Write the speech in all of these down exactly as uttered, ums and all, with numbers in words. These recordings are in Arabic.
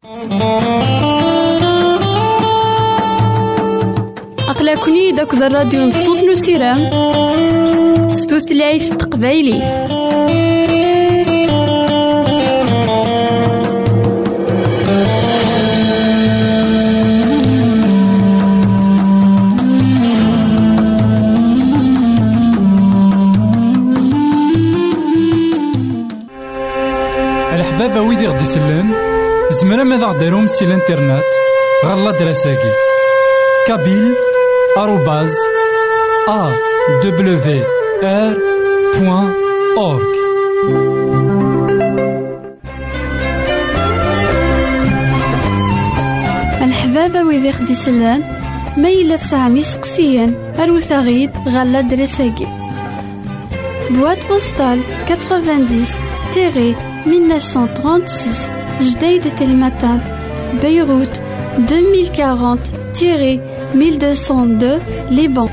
أقلكني داك الراديو نصوص نسيرام ستوثلايف تقبايلي. الحبابة ويدي غدي يسلم زمرا ماذا غديرهم سي الانترنت غالا دراساكي كابيل آروباز أ دبليو آر بوان أورك. الحبابة ويدي غدي يسلم ما إلا سامي سقسيا أروثا غيد غالا دراساكي بواد بوستال تسعين mille neuf cent trente-six جديدة تلمتان بيروت deux mille quarante mille deux cent deux Liban.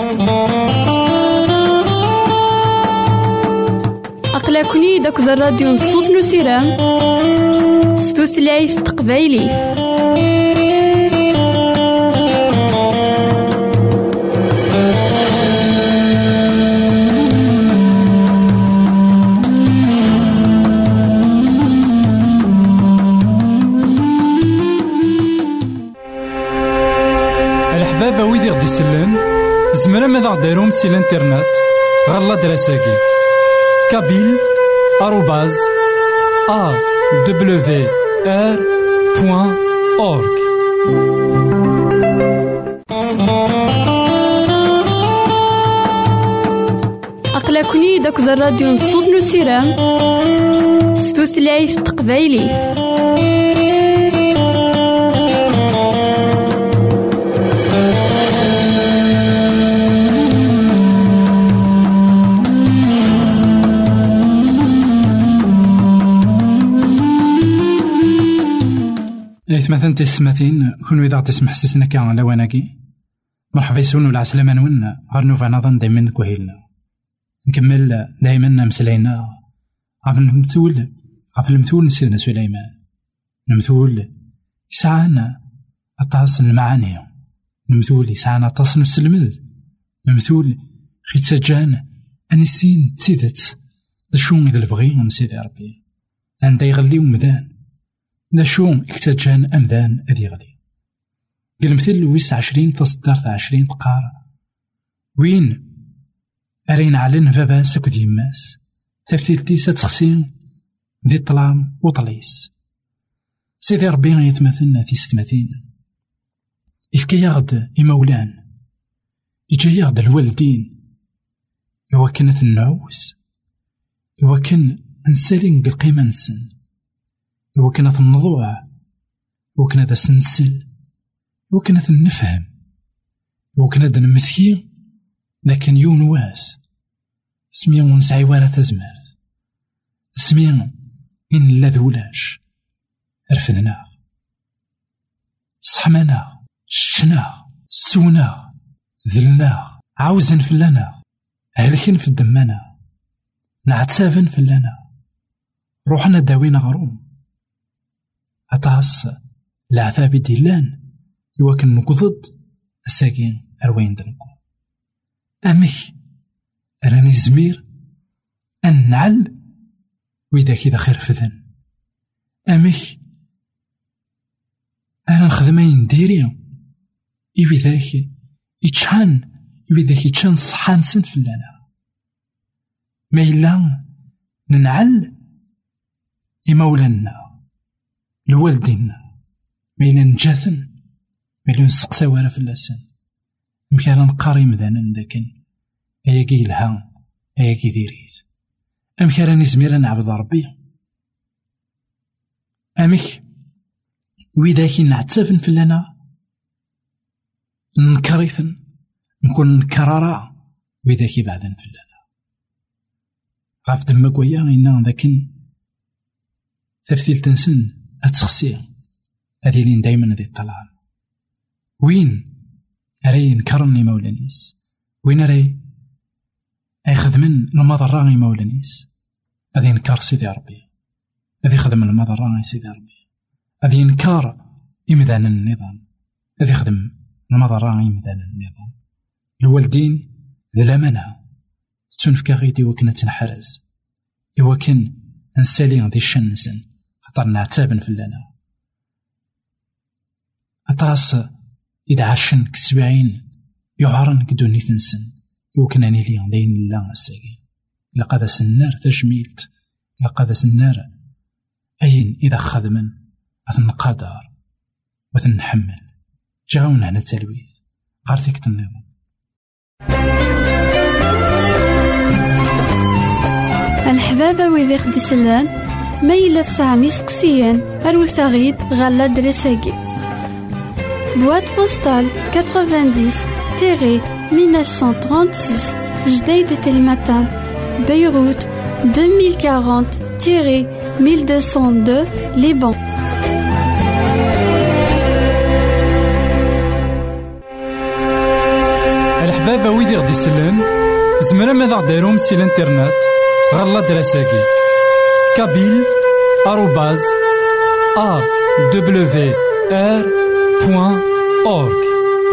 أقلكني داك الراديو نصوص نسيرام ستوثلايف تقبايلي. الحبابة ويدي غدي يسلن زمرا ماذا غديرهم سي الانترنت غالا دراساكي كابيل آروباز أ دبليو آر بوان أورك. أقلكني داك الراديو نصوص نسيرام ستوثلايف تقبايلي. مثلا تسمثين كون إذا تسمح سسنا كان على وناكي مرحبا يسون ولا عسلامة نون غير نوفا نظن دايما كوهيلنا نكمل دايما مسلينا عف المثول عف المثول سيدنا سليمان. المثول يسعانا أطاس المعاني، المثول يسعانا أطاس نسلمد، المثول خي تسجان أنسين تسيدت شون إذا البغي من سيدي ربي عند يغلي ومدان نشون اكتجان أمذان أذي غلي. قلمثل ويس عشرين تصدرت عشرين تقار وين أرين علن فبا سكد يماس تفتيلتي ستخسين ذي طلام وطليس. سيدي ربي يتمثلنا في ستماتين إفكي يغد إمولان يجي يغد الوالدين يوكنت النعوس يوكن نسالين بالقيمة نسن وكانت النضوع وكانت السنسل وكانت النفهم وكانت المثير لكن يون واس سميا ونسعي ولا تزمرت سميا إن لذولاش رفدنا صحمنا شنا سونا ذلنا عاوزن فلنا هلكن في الدمانا نعتسافن فلنا روحنا داوينا غروم أطاس العذاب ديلان يوكن نقضد الساقين أروين دنكو أمك أراني زمير أن نعل وإذا كذا خير فذن أمك أنا نخدمين ديري إيوي ذاك يتشان إيوي ذاك يتشان صحان سن فلانا ما إلا ننعل إمولانا الوالدين ما إلا نجاثن ما إلا نسقسا ولا في اللسان مكانا نقاري مذانا لكن أياكي الها أياكي ديريث أمكانا نزمير نعبد ربي أمك ويداكي نعتفن في لنا نكريثن نكون نكرارا ويداكي بعدن في لنا غاف دمك ويا غينا لكن تفتيل تنسن أتخسي هذي لين دايما ذي الطلال وين أري نكرني مولانيس وين أري أي خدمن المضراني مولانيس هذي نكار سيدي ربي هذي خدم المضراني سيدي ربي هذي نكار إمدان النظام هذي خدم المضراني إمدان النظام الوالدين ذي الأمانة تنفك غيدي وكنا تنحرز وكن نسالي ذي الشنسن خطر نعتابن في اللنا أطاس إذا عشن كسبعين يعرن كدوني تنسن يوكن أني لي دين الله الساقي لقد سنار تجميلت لقد سنار أين إذا خدمن أثن قدر وتنحمل جاونا هنا التلويث قارتك النظام. الحبابة ويدي خدي سلان ميلا سامي سقسيان أروثاغيد غالا دريساكي بواد بوستال تسعين مية وتسعمية وستة وثلاثين جديد تلمتان بيروت deux mille quarante mille deux cent deux Liban. الحبابة ويدي غدي يسلن زمرا ماذا غديرهم سي الانترنت غالا دراساكي كابيل آروباز أ دبليو آر بوان أورك.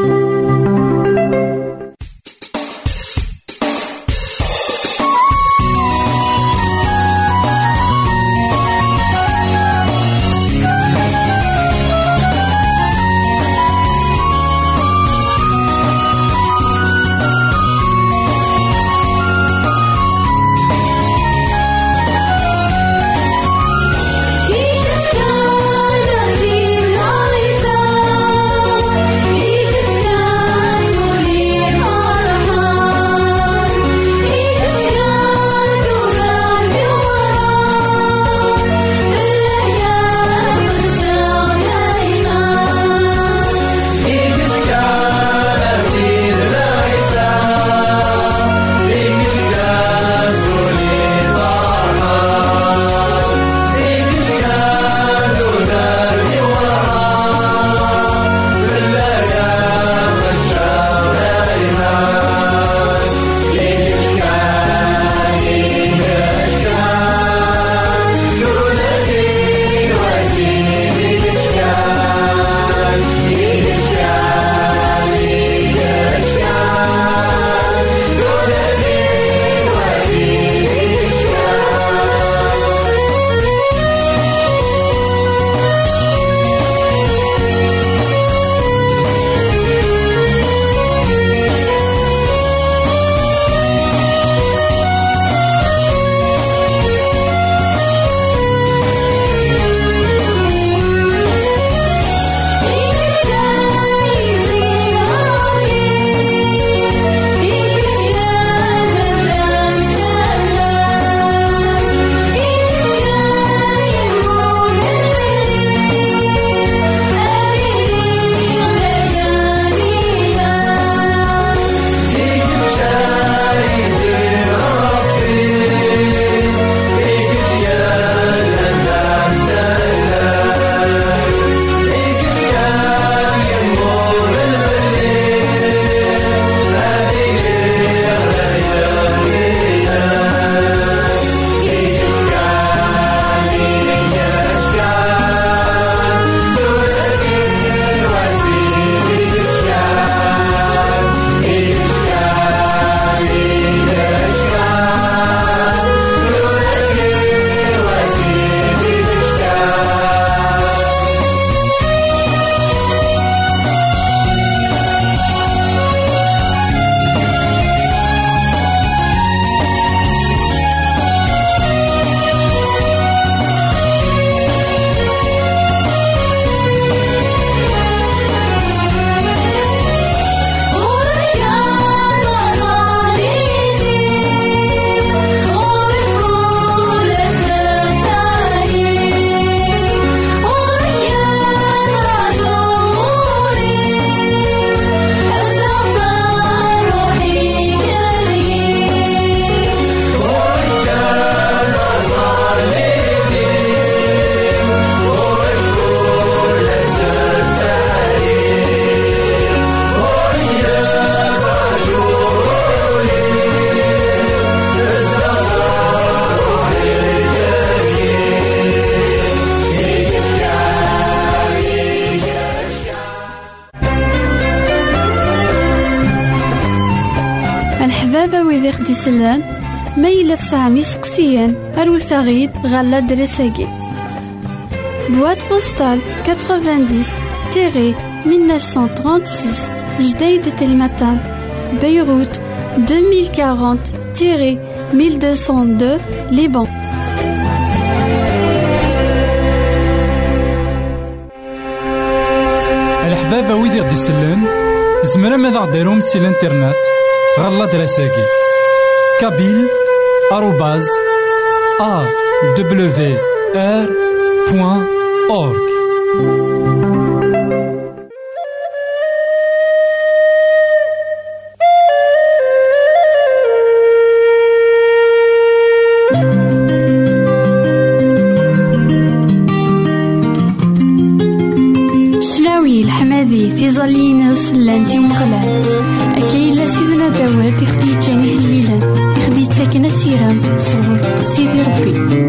الحبابة ويدي خدي سلان ميلا سامي سقسيان أروثاغيد غالا دراساكي بواد بوستال تسعين مية وتسعمية وستة وثلاثين جديد تلمتان بيروت ألفين وأربعين ألف ومئتين واثنين لبنان. الحبابة ويدي غدي سلان زمرا ماذا غديرهم سي الانترنت غالا دراساكي كابيل آروباز أ دبليو آر بوان أورك. شلاوي الحمادي في ظلينس لانتي مغلال أكيد صور سيدي ربي.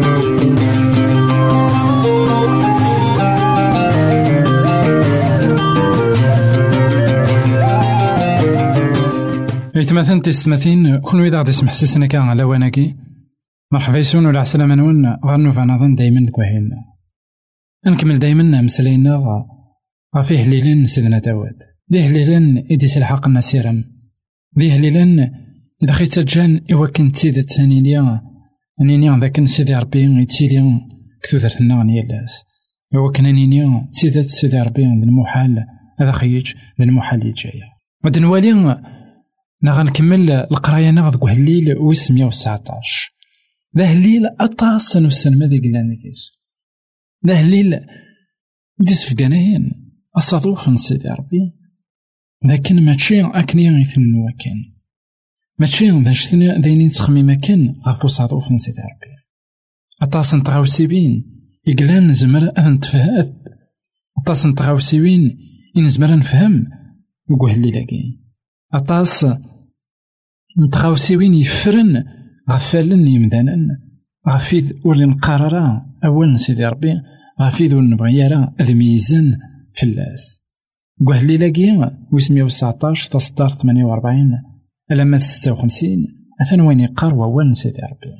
إتماثن تستمثين كل ويدا غادي يسمح سيسنا كان على واناكي مرحبا يسون ولا عسلامة نون غنوف أنا ظن دايما دكوهيلنا نكمل دايما مسلينا غا فيه ليلن سيدنا داود ديه ليلن إدي سلحق النسيرم ديه ليلن إذا خيت تجان إوا كنت سيدة سانيليا أنينيا ذاك سيدي ربي يتسيليا كثوثرت النغن يلاس إوا كان أنينيا سيدة سيدي ربي ذي المحال هذا خيج ذي المحال يجايا غادي نوالي نغا نكمل القراية نغا ذكو هليل ويس مية وتسعطاش ذا هليل أطاس نوسن ماذا قلنا نكيس ذا هليل ديس فقاناين أصادوف نسيدي ربي لكن ماشي أكني غيثنو وكان ماشي ذا شتنا ذاينين تخمي مكان غافو صادوف نسيدي ربي أطاس نتغاوسيبين إقلان نزمر أذن تفهات أطاس نتغاوسيبين إنزمر نفهم وقو هليل أكين أطاس نتغاوسيوين يفرن غفالن يمدانن غفيد ولي نقرر أول سيدي ربي غفيد ولي نبغي يرى أذ ميزن في اللاس قوهلي لاقي ويسمية وتسعطاش تصدار ثمانية وربعين ألما ستة وخمسين أثن وين يقار وأول سيدي ربي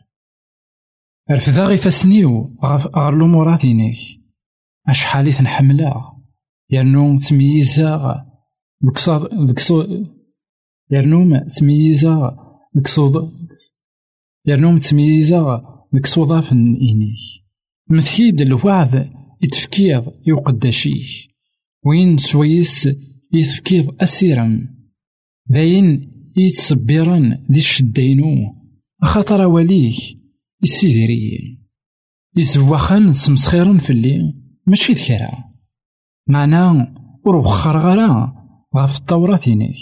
رفذا غي فاسنيو غار لوموراتينيك أشحالي تنحملا يرنو تمييزا دكصاد دكصو يرنوم تمييزا دكصود يرنوم تمييزا دكصوضا في إنيك مثيد الوعد يتفكيض يوقداشيك وين سويس يتفكيض أسيرم ذاين يتصبرن دي الشدينو خاطر وليك السيدري يزوخن سمسخيرن في الليل ماشي ذكرا معناه وروخر غرا غاف الطورة فينيك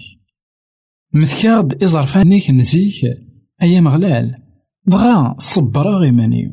مثكاد إزرفانيك نزيك أيام غلال بغا صبرا غيمانيو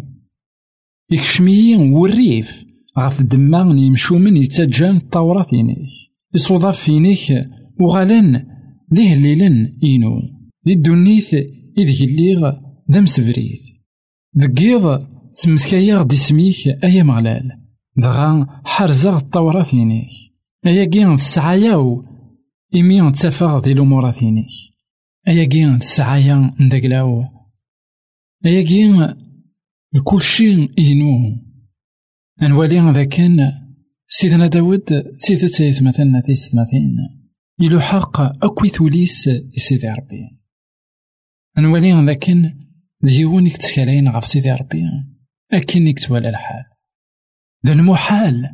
يكشميين والريف غاف الدمان يمشو من يتجان الطورة فينيك يصوضاف فينيك وغالن ليه الليلن إينو دي الدنيث إذ الليغ دام سبريث ذكيض سمثكايا غدي سميك أيام غلال دغا حرزا الطورة فينيك أيا كين السعاياو إمي تسافغ دي الأموراتينيك أيا كين السعايا ندقلاو أيا كين كلشي إينو أنوالي ذا كان سيدنا داود سيدة سيث مثلا تيست مثلا إلو حق أكوي ثوليس سيدي ربي أنوالي ذا كان ديونيك تسكالين غف سيدي ربي أكنك توالى الحال ذا المحال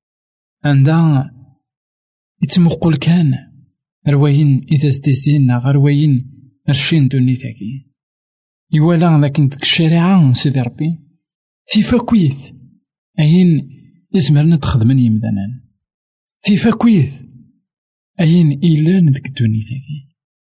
عندها يتمقل كان رواين إذا زديزين غرواين رشين دوني ثاكي يوالا لكن ديك الشريعة سيدي ربي في فاكويث أين يزمرنا تخدمن يمدانان في فاكويث أين إيلان ديك الدوني ثاكي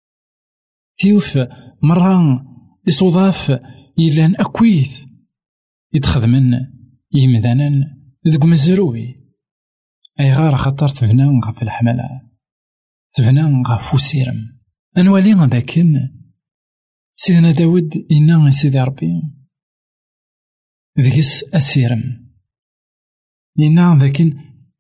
تيوف مرة يصوضاف إيلان أكويث يتخدمن يمدانان ديك مزروي أي غار خطر تفنان غف الحملة تفنان غف وسيرم أنوالي غداكن سيدنا داود إنا سيدي ربي ذكس أسيرم إنا ذاكن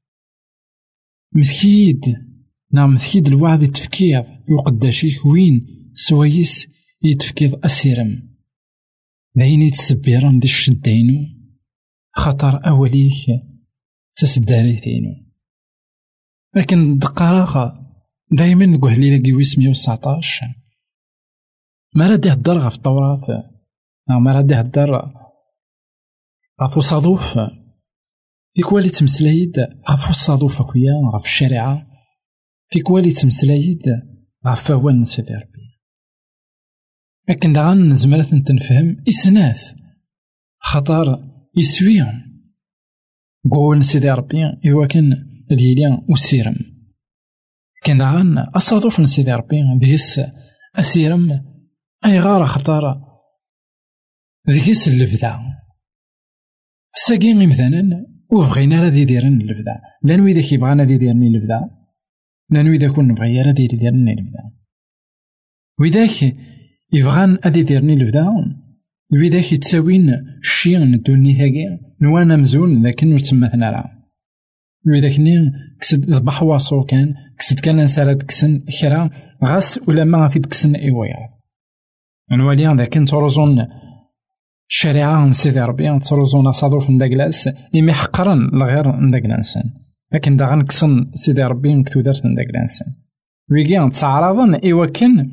مثكيد نعم مثكيد الوعد التفكير يقداشيك وين سويس يتفكير أسيرم داين يتسبيران دي الشدينو خطر أوليك تسداريتينو لكن دقاراغا دايما نقول لي لاقي ويس مية وتسعطاش ما راه يهدر غا في التوراة ما راه يهدر غا صادوف في كوالي تمسلايد غا الصادوف اكويا غا في الشريعة في كوالي تمسلايد غا فوان سيدي ربي لكن دا غنزمرات نتنفهم إسناث خطر يسويهم قول سيدي ربي إوا كان ديالي وسيرم كان داغن أصادوف نسيدي ربي ديس أسيرم أي غارة خطارة ديس اللفدا ساقين مثلا وبغينا راه ديرن اللفدا لا نوي ذاك يبغانا ديرني اللفدا لا نوي ذاك نبغي راه ديرني اللفدا وذاك يبغان أدي ديرني اللفدا وذاك يتساوين الشيء ندوني ثاقي نوانا مزون لكن نتسمثنا راه وذاك نين كسد ذبح واصو كان كسد كان نسارد كسن خرا غاس ولا ما في كسن ايويا نوالي لكن تروزون الشريعة نسيدي ربي تروزون صادوف نداكلاس إمي حقرا لغير نداكلانسن لكن دا غنكسن سيدي ربي نكتو دارت نداكلانسن ويجي تسعرضن إيوا كان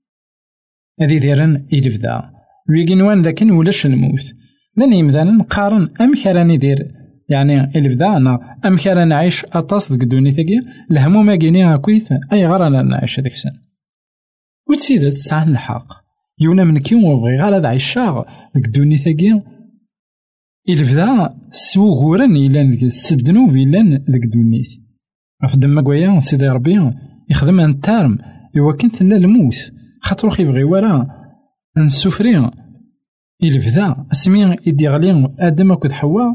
هذي ديرن إلفدا ويجي نوان لكن ولاش الموت لان يمدانا نقارن أمك راني دير يعني إلفدا أنا أمك راني نعيش أطاس ديك الدوني ثاقي الهموم كينيها كويت أي غير أنا نعيش هذيك السن وتسيدت تسعى الحق يونا من كي وبغي غالا دا عيشاغ ديك الدوني ثاقي إلفدا سوغورن إلان ديك السدنوب إلان ديك الدونيت أفدم مكويا سيدي ربي يخدم انتارم إوا كنت ثلا الموت خاطرو خيبغي ورا نسوفري إلفدا اسمي إدي غلي آدم أكد حواء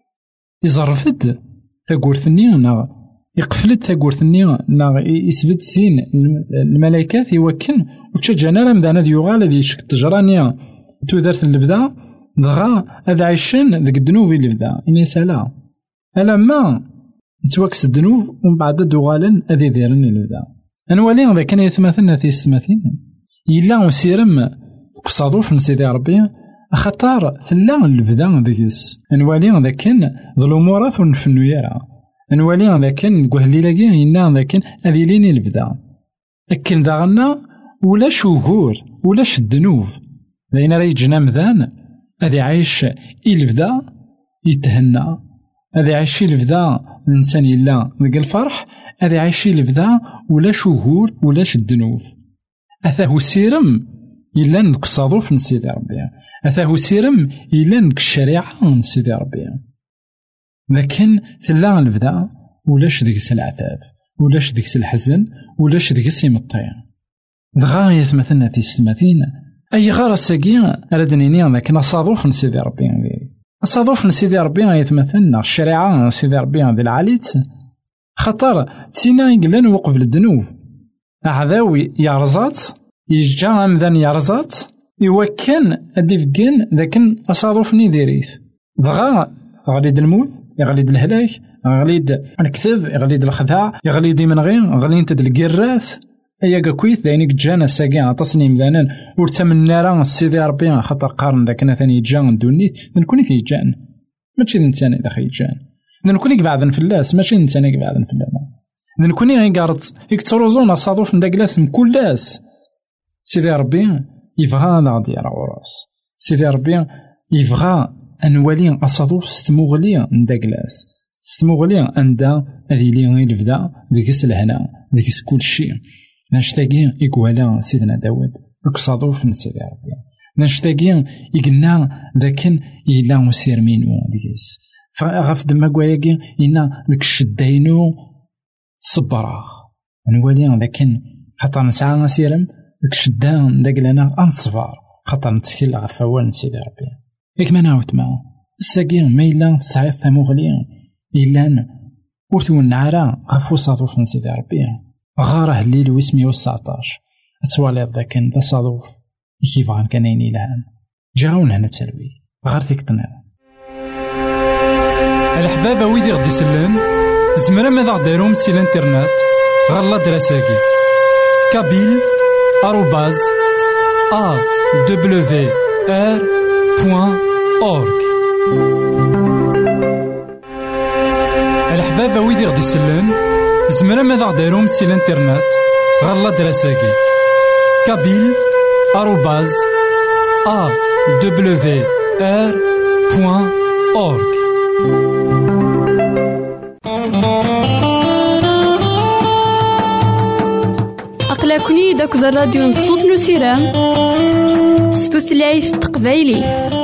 يزرفد تاقورثني نا يقفلت تاقورثني نا يسبت سين الملايكات يوكن وتشجعنا رمضان هذا يغال اللي يشك تجرانيا تو دارت اللبدا دغا هذا عايشين ذيك الذنوب اللي بدا إني سالا ألا ما يتواكس الذنوب ومن بعد دوغالا هذي ديرن اللبدا أنوالي إذا كان يتماثلنا في الثماثين إلا وسيرم قصادو في سيدي ربي خطار ثلا اللبدا ديكس أنوالي إذا كان ذو الأمورات ونفنو يرى أنوالي إذا كان قهلي لاقي إنا إذا كان هذي ليني البدا لكن داغنا ولا شوهور ولا الذنوب لأن راه يجنا مذان هذي عايش يلبدا يتهنى هذي عايش يلبدا الإنسان إلا ذاك الفرح هذي عايش يلبدا ولا شهور ولا الذنوب أثاه سيرم إلا نقصادو في سيدي ربي أثاه سيرم إلا نك الشريعة سيدي ربي لكن ثلا البدا ولاش ديك العذاب ولاش ديك الحزن ولاش ديك السيمطين دغا يتمثلنا في السماثين أي غار الساقين أردنيني لكن أصادوف نسيدي ربي أصادوف نسيدي ربي يتمثلنا الشريعة نسيدي ربي ذي العاليت خطر تسينا يقلن وقف الذنوب أعذاوي يارزات يجا أمذان يارزات يوكن أدفقن لكن أصادوفني ديريث دغا غليد الموت يغليد الهلاك يغليد الكتب يغليد الخداع يغليد من غير غليد القراث أيا كويت لأنك جانا ساقين عطسني مذانا ورتمنى راه سيدي ربي خاطر قارن ذاك أنا ثاني جان دونيت نكوني في جان ماشي الإنسان إذا خي جان نكوني بعدا في اللاس ماشي الإنسان بعدا في اللاس نكوني غير قارت يكتروزونا صادوف نداك لاس من كل لاس سيدي ربي يبغى نغدي راه وراس سيدي ربي يبغى أنوالي أصادوف ستمغلي نداك لاس ستمغلي عندها هذه لي غير البدا ديك الهنا ديك كل شيء نشتاقي يقوالا سيدنا داود اقصادوف نسيدي ربي نشتاقي يقلنا لكن إلا مسير منو ديكيس فغاف دما قواياكي إنا ديك الشداينو صبراغ نوالي لكن خاطر نسعى نسيرم ديك الشدان داك لنا أنصفار خاطر نتكل غف أول نسيدي ربي ياك ما نعاود معاه الساقي ما إلا سعيد ثموغلي إلا ورثو النعرة غفو صادوف نسيدي ربي غاره الليل واسمي والسعطاش اتوالي ذاك دا صادوف يكيفان كانيني لهان جاون هنا تسلوي غار فيك تنال الحبابة ويدي غدي سلان زمرا ماذا غديرهم سي الانترنت غالا دراساكي كابيل آروباز ا دبليو ار بوان اورك الحبابة ويدي غدي سلان زمرا ماذا غديرهم سي الانترنت غالا دراساكي كابيل آروباز ا دبليو ار بوان اورك. أقلكني داك الراديو نصوص نسيران ستوثلايف تقبايلي